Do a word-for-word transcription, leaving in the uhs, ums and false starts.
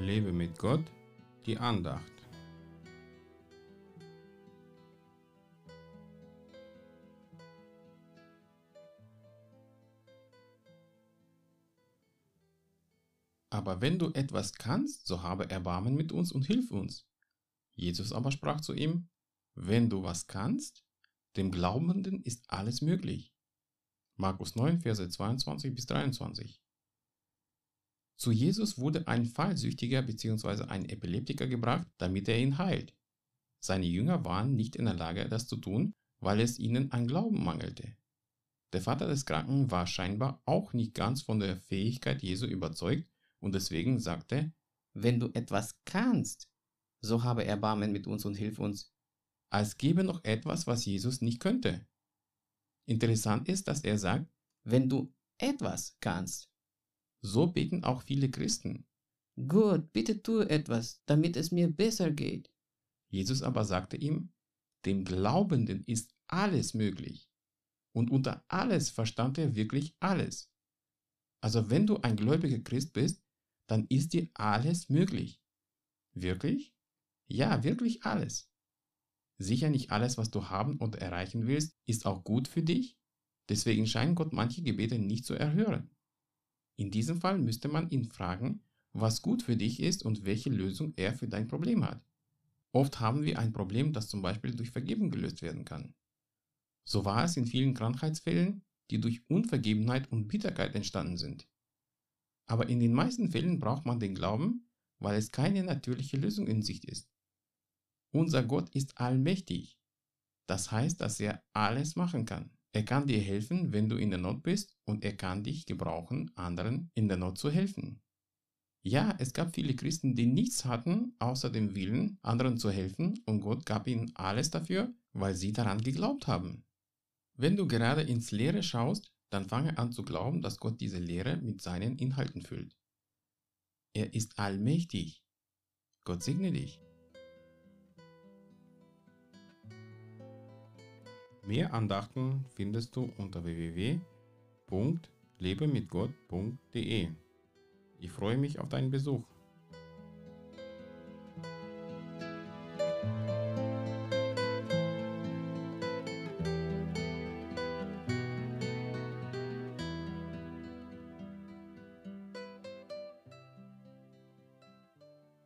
Lebe mit Gott, die Andacht. Aber wenn du etwas kannst, so habe Erbarmen mit uns und hilf uns. Jesus aber sprach zu ihm: Wenn du was kannst, dem Glaubenden ist alles möglich. Markus neun, Verse zweiundzwanzig bis dreiundzwanzig. Zu Jesus wurde ein Fallsüchtiger bzw. ein Epileptiker gebracht, damit er ihn heilt. Seine Jünger waren nicht in der Lage, das zu tun, weil es ihnen an Glauben mangelte. Der Vater des Kranken war scheinbar auch nicht ganz von der Fähigkeit Jesu überzeugt und deswegen sagte: Wenn du etwas kannst, so habe Erbarmen mit uns und hilf uns. Als gäbe noch etwas, was Jesus nicht könnte. Interessant ist, dass er sagt: Wenn du etwas kannst. So beten auch viele Christen. Gott, bitte tue etwas, damit es mir besser geht. Jesus aber sagte ihm: Dem Glaubenden ist alles möglich. Und unter alles verstand er wirklich alles. Also wenn du ein gläubiger Christ bist, dann ist dir alles möglich. Wirklich? Ja, wirklich alles. Sicher nicht alles, was du haben und erreichen willst, ist auch gut für dich. Deswegen scheinen Gott manche Gebete nicht zu erhören. In diesem Fall müsste man ihn fragen, was gut für dich ist und welche Lösung er für dein Problem hat. Oft haben wir ein Problem, das zum Beispiel durch Vergebung gelöst werden kann. So war es in vielen Krankheitsfällen, die durch Unvergebenheit und Bitterkeit entstanden sind. Aber in den meisten Fällen braucht man den Glauben, weil es keine natürliche Lösung in Sicht ist. Unser Gott ist allmächtig. Das heißt, dass er alles machen kann. Er kann dir helfen, wenn du in der Not bist, und er kann dich gebrauchen, anderen in der Not zu helfen. Ja, es gab viele Christen, die nichts hatten, außer dem Willen, anderen zu helfen, und Gott gab ihnen alles dafür, weil sie daran geglaubt haben. Wenn du gerade ins Leere schaust, dann fange an zu glauben, dass Gott diese Leere mit seinen Inhalten füllt. Er ist allmächtig. Gott segne dich. Mehr Andachten findest du unter w w w punkt lebe mit gott punkt de. Ich freue mich auf deinen Besuch.